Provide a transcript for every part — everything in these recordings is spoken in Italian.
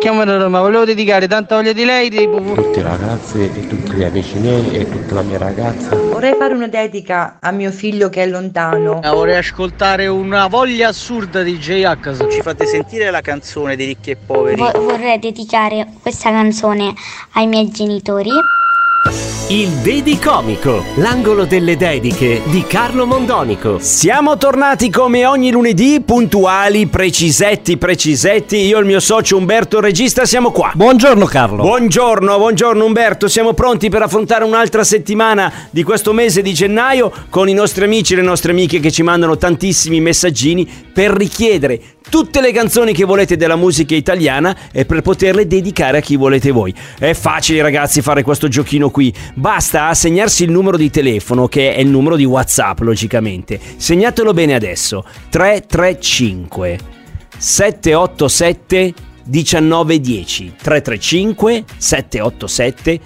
chiamo da Roma, volevo dedicare tanta voglia di lei tutti i ragazzi e tutti gli amici miei e tutta la mia ragazza. Vorrei fare una dedica a mio figlio che è lontano. Vorrei ascoltare una voglia assurda di J-H. Ci fate sentire la canzone dei ricchi e poveri? Vorrei dedicare questa canzone ai miei genitori. Il Dedicomico, l'angolo delle dediche di Carlo Mondonico. Siamo tornati come ogni lunedì, puntuali, precisetti. Io e il mio socio Umberto regista siamo qua. Buongiorno Carlo. Buongiorno Umberto, siamo pronti per affrontare un'altra settimana di questo mese di gennaio con i nostri amici e le nostre amiche che ci mandano tantissimi messaggini per richiedere tutte le canzoni che volete della musica italiana e per poterle dedicare a chi volete voi. È facile ragazzi fare questo giochino qui, basta segnarsi il numero di telefono che è il numero di WhatsApp logicamente. Segnatelo bene adesso: 335 787 1910 335 787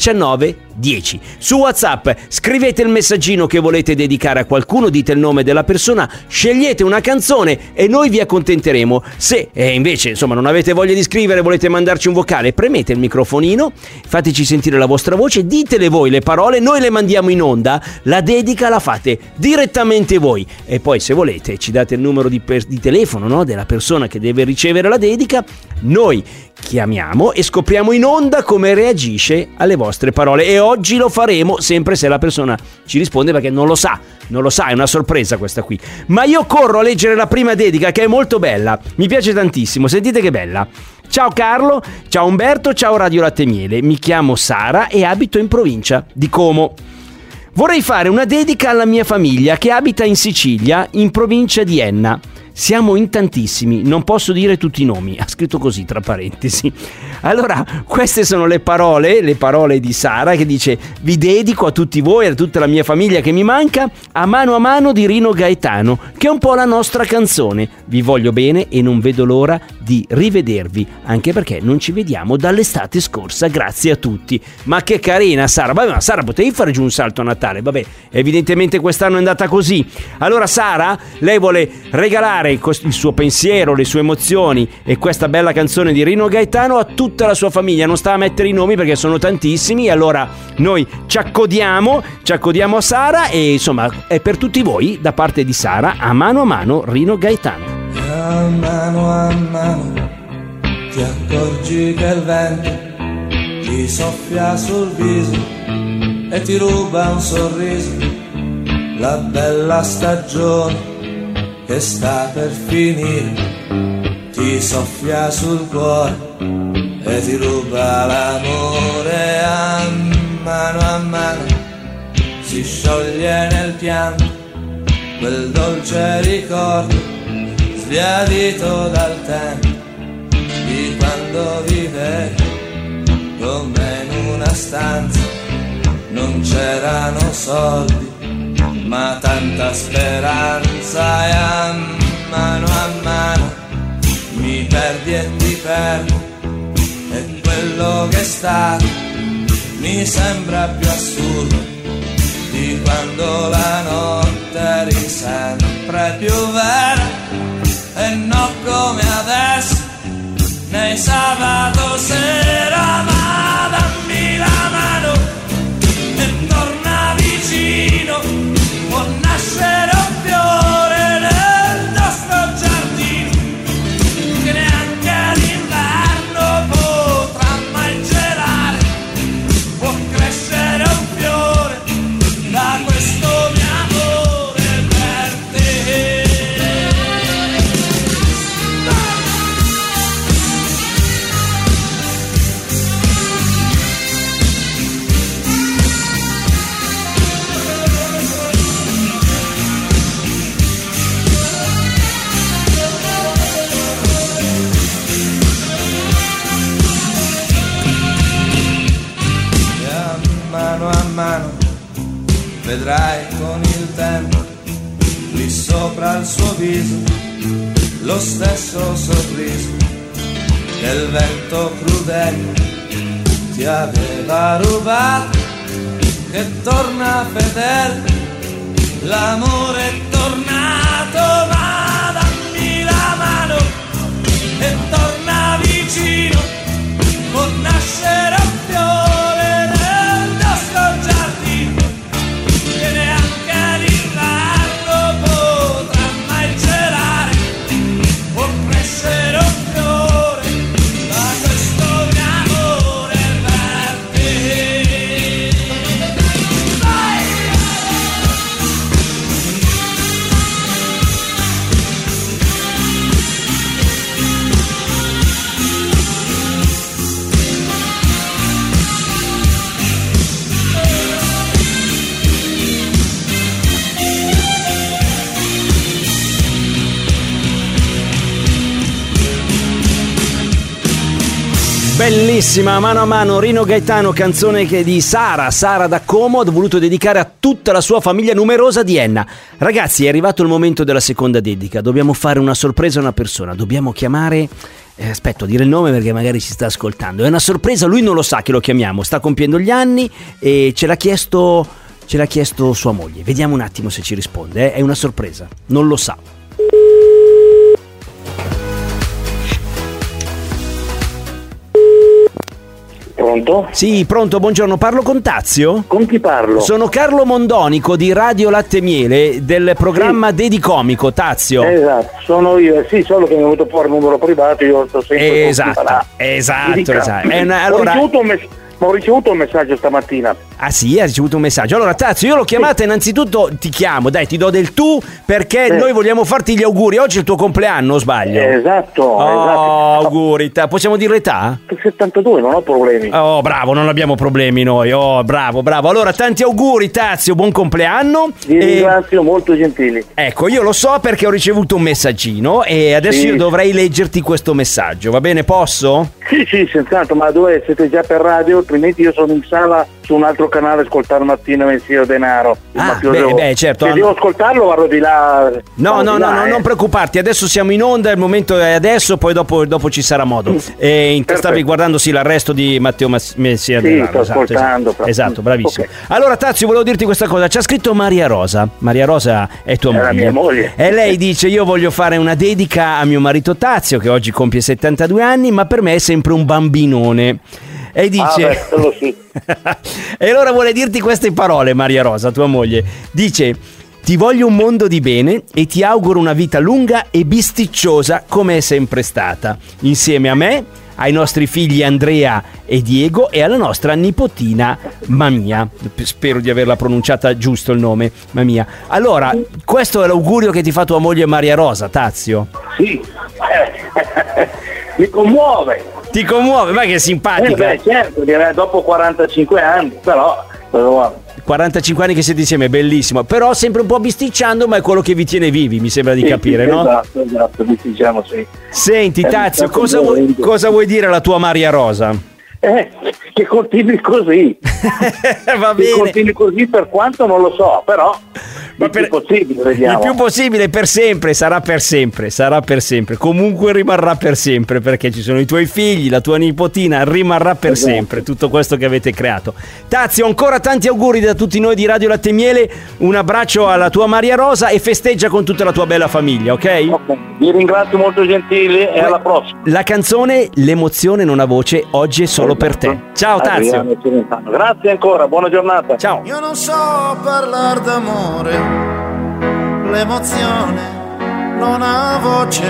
1910. Su WhatsApp scrivete il messaggino che volete dedicare a qualcuno, dite il nome della persona, scegliete una canzone e noi vi accontenteremo. Se invece non avete voglia di scrivere, volete mandarci un vocale, premete il microfonino, fateci sentire la vostra voce, ditele voi le parole, noi le mandiamo in onda, la dedica la fate direttamente voi e poi se volete ci date il numero di telefono, no, della persona che deve ricevere la dedica, noi chiamiamo e scopriamo in onda come reagisce alle vostre parole e oggi lo faremo sempre se la persona ci risponde, perché non lo sa, è una sorpresa questa qui. Ma io corro a leggere la prima dedica che è molto bella, mi piace tantissimo, sentite che bella. Ciao Carlo, ciao Umberto, ciao Radio Latte e Miele, mi chiamo Sara e abito in provincia di Como. Vorrei fare una dedica alla mia famiglia che abita in Sicilia, in provincia di Enna. Siamo in tantissimi, non posso dire tutti i nomi, ha scritto così tra parentesi. Allora, queste sono le parole di Sara che dice: vi dedico a tutti voi, a tutta la mia famiglia che mi manca, a mano di Rino Gaetano, che è un po' la nostra canzone. Vi voglio bene e non vedo l'ora di rivedervi, anche perché non ci vediamo dall'estate scorsa, grazie a tutti. Ma che carina Sara, vabbè, ma Sara potevi fare giù un salto a Natale, vabbè, evidentemente quest'anno è andata così. Allora Sara, lei vuole regalare il suo pensiero, le sue emozioni e questa bella canzone di Rino Gaetano a tutta la sua famiglia. Non sta a mettere i nomi perché sono tantissimi, allora noi ci accodiamo a Sara e insomma è per tutti voi da parte di Sara, a mano Rino Gaetano. A mano ti accorgi che il vento ti soffia sul viso e ti ruba un sorriso, la bella stagione che sta per finire, ti soffia sul cuore e ti ruba l'amore. A mano si scioglie nel pianto quel dolce ricordo sbiadito dal tempo di quando vivevi come in una stanza, non c'erano soldi ma tanta speranza. E a mano mi perdi e ti perdo e quello che è stato mi sembra più assurdo di quando la notte eri sempre più vera e non come adesso nei sabato sera. Ma dammi la mano e torna vicino, può nascere un fiore nel nostro giardino che neanche l'inverno potrà mai gelare, può crescere un fiore da questo mio amore per te. Mano, vedrai con il tempo lì sopra il suo viso lo stesso sorriso che il vento crudele ti aveva rubato, che torna fedele, l'amore è tornato. Ma dammi la mano e torna vicino, Bellissima, Mano a mano, Rino Gaetano, canzone che di Sara da Como, ha voluto dedicare a tutta la sua famiglia numerosa di Enna. Ragazzi, è arrivato il momento della seconda dedica, dobbiamo fare una sorpresa a una persona, dobbiamo chiamare... aspetta, dire il nome perché magari ci sta ascoltando. È una sorpresa, lui non lo sa che lo chiamiamo, sta compiendo gli anni e ce l'ha chiesto sua moglie. Vediamo un attimo se ci risponde, è una sorpresa, non lo sa. Pronto? Sì, pronto, buongiorno, parlo con Tazio? Con chi parlo? Sono Carlo Mondonico di Radio Latte Miele del programma Dedicomico. Tazio. Esatto, sono io, sì, solo che mi è venuto fuori il numero privato, io sto sempre esatto. Allora... Ho ricevuto un messaggio stamattina. Ah sì, hai ricevuto un messaggio. Allora Tazio, io l'ho chiamata innanzitutto, ti chiamo, dai, ti do del tu perché noi vogliamo farti gli auguri. Oggi è il tuo compleanno, o sbaglio? Esatto. Auguri, possiamo dire l'età? 72, non ho problemi. Oh, bravo, non abbiamo problemi noi. Oh, bravo. Allora, tanti auguri Tazio, buon compleanno. Vi ringrazio, molto gentili. Ecco, io lo so perché ho ricevuto un messaggino e adesso io dovrei leggerti questo messaggio, va bene, posso? Sì, senz'altro, ma dove siete già per radio? Altrimenti io sono in sala su un altro canale a ascoltare Mattina Messio Denaro. Certo. Se devo ascoltarlo vado di là. No, non preoccuparti, adesso siamo in onda, il momento è adesso, poi dopo ci sarà modo. Stavi guardando l'arresto di Matteo Messia Denaro. Sto ascoltando. Esatto, bravissimo. Okay. Allora Tazio, volevo dirti questa cosa, ci ha scritto Maria Rosa è tua moglie. La mia moglie. E lei dice: io voglio fare una dedica a mio marito Tazio che oggi compie 72 anni, ma per me è sempre un bambinone. E dice sì. E allora vuole dirti queste parole, Maria Rosa, tua moglie. Dice: ti voglio un mondo di bene e ti auguro una vita lunga e bisticciosa come è sempre stata, insieme a me, ai nostri figli Andrea e Diego e alla nostra nipotina Mamia. Spero di averla pronunciata giusto il nome, Mamia. Allora, questo è l'augurio che ti fa tua moglie Maria Rosa, Tazio. Sì. Mi commuove. Ti commuove, ma che simpatica. Certo, direi dopo 45 anni, però 45 anni che siete insieme, bellissimo. Però sempre un po' bisticciando, ma è quello che vi tiene vivi, mi sembra di capire, no? Esatto, bisticciamo, sì. Senti Tazio, cosa vuoi dire alla tua Maria Rosa? Che continui così. Va bene. Che continui così per quanto non lo so, però il più possibile, vediamo. Il più possibile, per sempre, sarà per sempre. Comunque rimarrà per sempre, perché ci sono i tuoi figli, la tua nipotina, rimarrà per sempre tutto questo che avete creato. Tazio, ancora tanti auguri da tutti noi di Radio Latte Miele, un abbraccio alla tua Maria Rosa e festeggia con tutta la tua bella famiglia, ok? Vi ringrazio, molto gentili, e alla prossima. La canzone L'emozione non ha voce oggi è solo per te. Ciao Tazio. Grazie ancora, buona giornata. Ciao. Io non so parlare d'amore, l'emozione non ha voce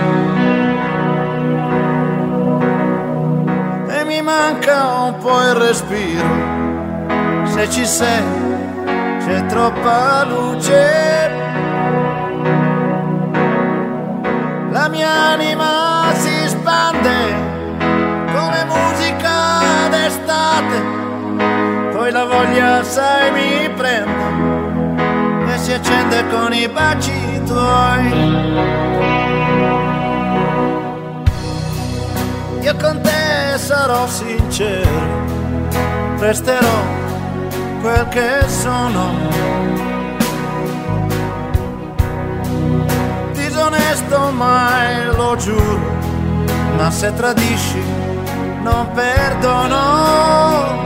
e mi manca un po' il respiro. Se ci sei c'è troppa luce, la mia anima si spande come musica d'estate, poi la voglia sai mi prende e si accende con i baci tuoi. Io con te sarò sincero, resterò quel che sono, disonesto mai lo giuro, ma se tradisci non perdono.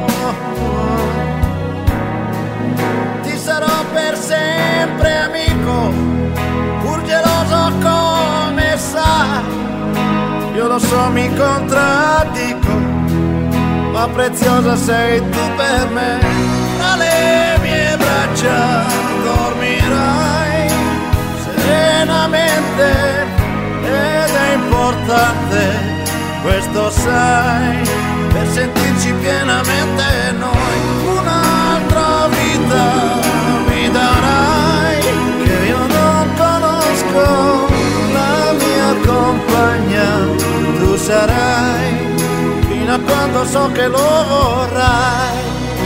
Ti sarò per sempre amico, pur geloso come sai. Io lo so, mi contraddico, ma preziosa sei tu per me. Tra le mie braccia dormirai serenamente ed è importante, questo sai, per sentirci pienamente noi. Un'altra vita mi darai che io non conosco, la mia compagna tu sarai, fino a quando so che lo vorrai.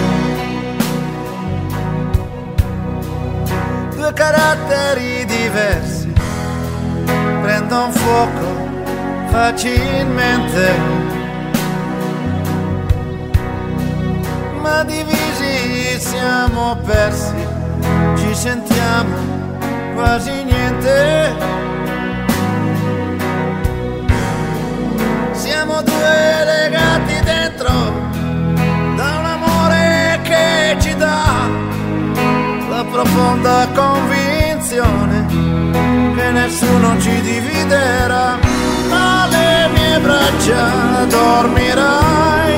Due caratteri diversi prendono fuoco facilmente, divisi, siamo persi, ci sentiamo quasi niente. Siamo due legati dentro da un amore che ci dà la profonda convinzione che nessuno ci dividerà. Alle mie braccia dormirai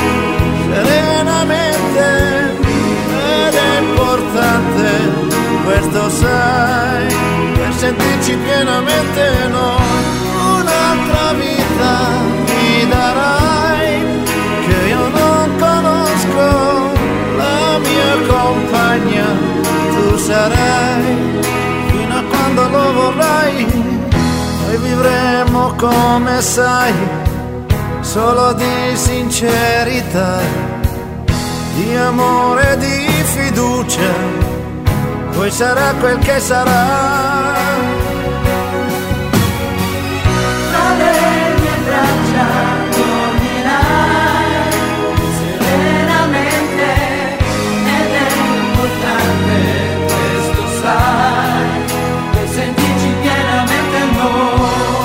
serenamente ed è importante, questo sai, per sentirci pienamente noi. Un'altra vita mi darai che io non conosco, la mia compagna tu sarai fino a quando lo vorrai. Noi vivremo come sai, solo di sincerità, di amore, di fiducia, poi sarà quel che sarà. Tra le mie braccia dormirai serenamente ed è importante, questo sai, per sentirci pienamente noi.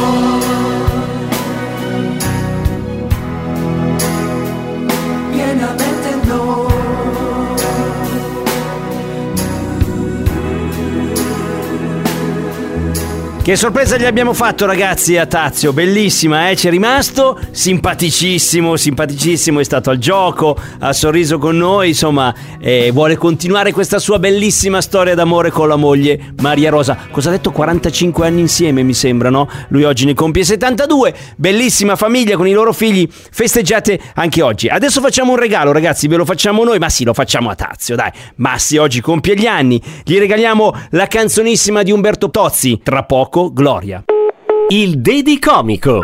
Che sorpresa gli abbiamo fatto, ragazzi, a Tazio, bellissima, c'è rimasto, simpaticissimo, è stato al gioco, ha sorriso con noi, insomma, vuole continuare questa sua bellissima storia d'amore con la moglie Maria Rosa. Cosa ha detto? 45 anni insieme, mi sembra, no? Lui oggi ne compie 72, bellissima famiglia con i loro figli, festeggiate anche oggi. Adesso facciamo un regalo, ragazzi, ve lo facciamo noi, ma sì, lo facciamo a Tazio, dai. Massi oggi compie gli anni, gli regaliamo la canzonissima di Umberto Tozzi, tra poco Gloria. Il Dedicomico.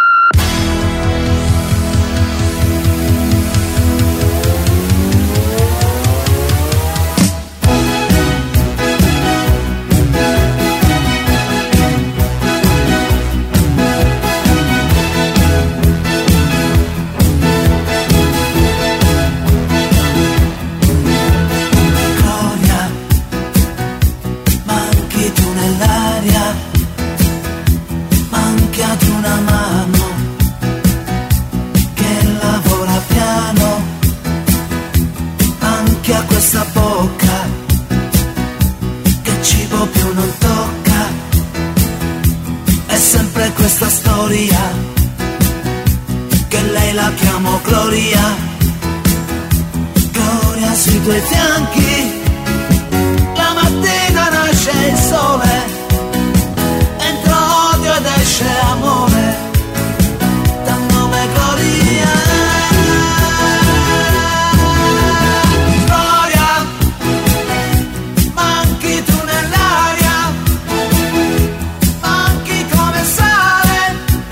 Questa storia che lei la chiamo Gloria, Gloria sui tuoi fianchi, la mattina nasce il sole, entra odio ed esce amore, dal nome Gloria. Gloria, manchi tu nell'aria, manchi come sale,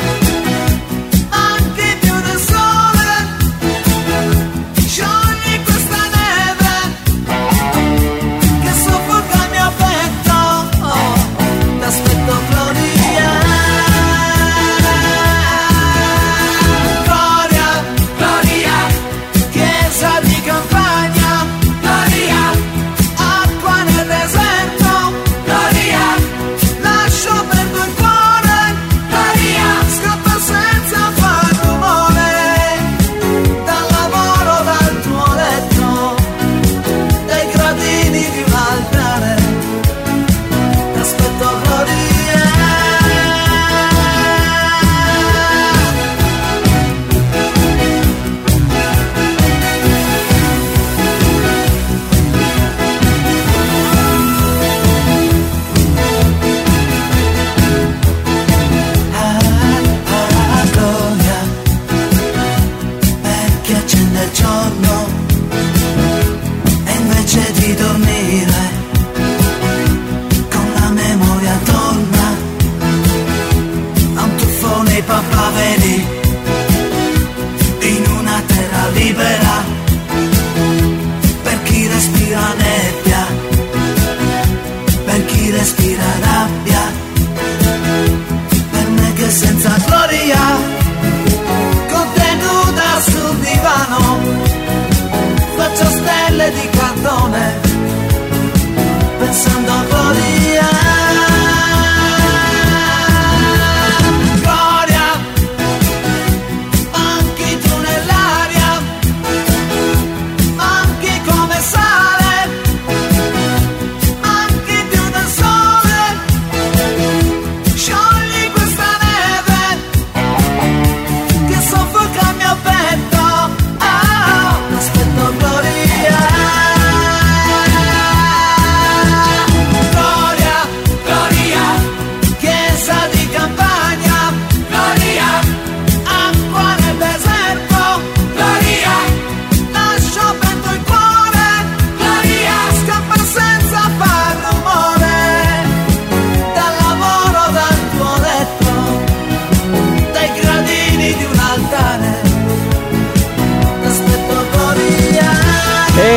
manchi più del sole, sciogli questa neve.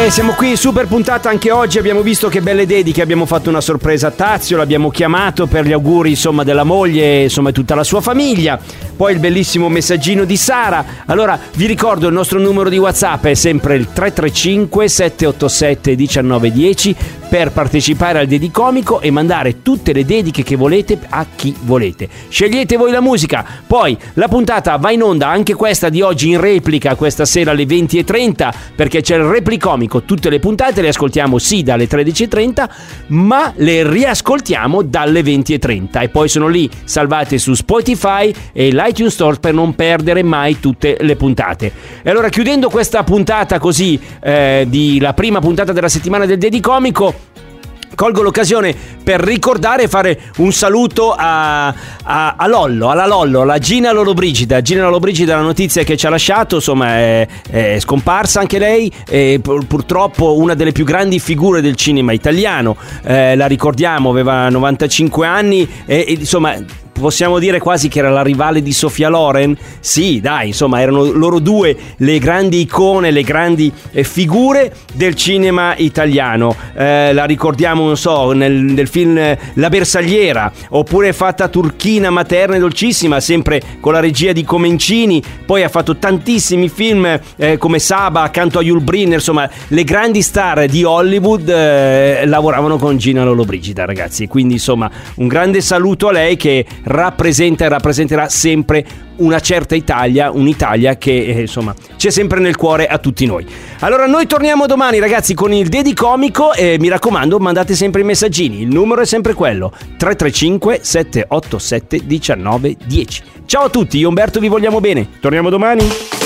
Siamo qui, super puntata anche oggi, abbiamo visto che belle dediche, abbiamo fatto una sorpresa a Tazio, l'abbiamo chiamato per gli auguri insomma della moglie, insomma e tutta la sua famiglia, poi il bellissimo messaggino di Sara. Allora vi ricordo il nostro numero di WhatsApp è sempre il 335 787 1910 per partecipare al Dedicomico e mandare tutte le dediche che volete a chi volete. Scegliete voi la musica, poi la puntata va in onda anche questa di oggi in replica questa sera alle 20:30 perché c'è il Replicomico, tutte le puntate le ascoltiamo sì dalle 13:30 ma le riascoltiamo dalle 20:30 e poi sono lì salvate su Spotify e l'iTunes Store per non perdere mai tutte le puntate. E allora chiudendo questa puntata così di la prima puntata della settimana del Dedicomico, colgo l'occasione per ricordare e fare un saluto alla Lollo, alla Gina Lollobrigida. Gina Lollobrigida, la notizia che ci ha lasciato, insomma, è scomparsa anche lei, e purtroppo una delle più grandi figure del cinema italiano. La ricordiamo, aveva 95 anni e insomma possiamo dire quasi che era la rivale di Sofia Loren. Sì, dai, insomma, erano loro due le grandi icone, le grandi figure del cinema italiano. La ricordiamo, non so, nel film La Bersagliera, oppure Fatta turchina, materna e dolcissima, sempre con la regia di Comencini. Poi ha fatto tantissimi film come Saba, accanto a Yul Brynner. Insomma, le grandi star di Hollywood lavoravano con Gina Lollobrigida, ragazzi. Quindi, insomma, un grande saluto a lei che rappresenta e rappresenterà sempre una certa Italia, un'Italia che insomma c'è sempre nel cuore a tutti noi. Allora noi torniamo domani, ragazzi, con il Dedicomico e mi raccomando mandate sempre i messaggini, il numero è sempre quello 335 787 1910. Ciao a tutti, io Umberto vi vogliamo bene, torniamo domani.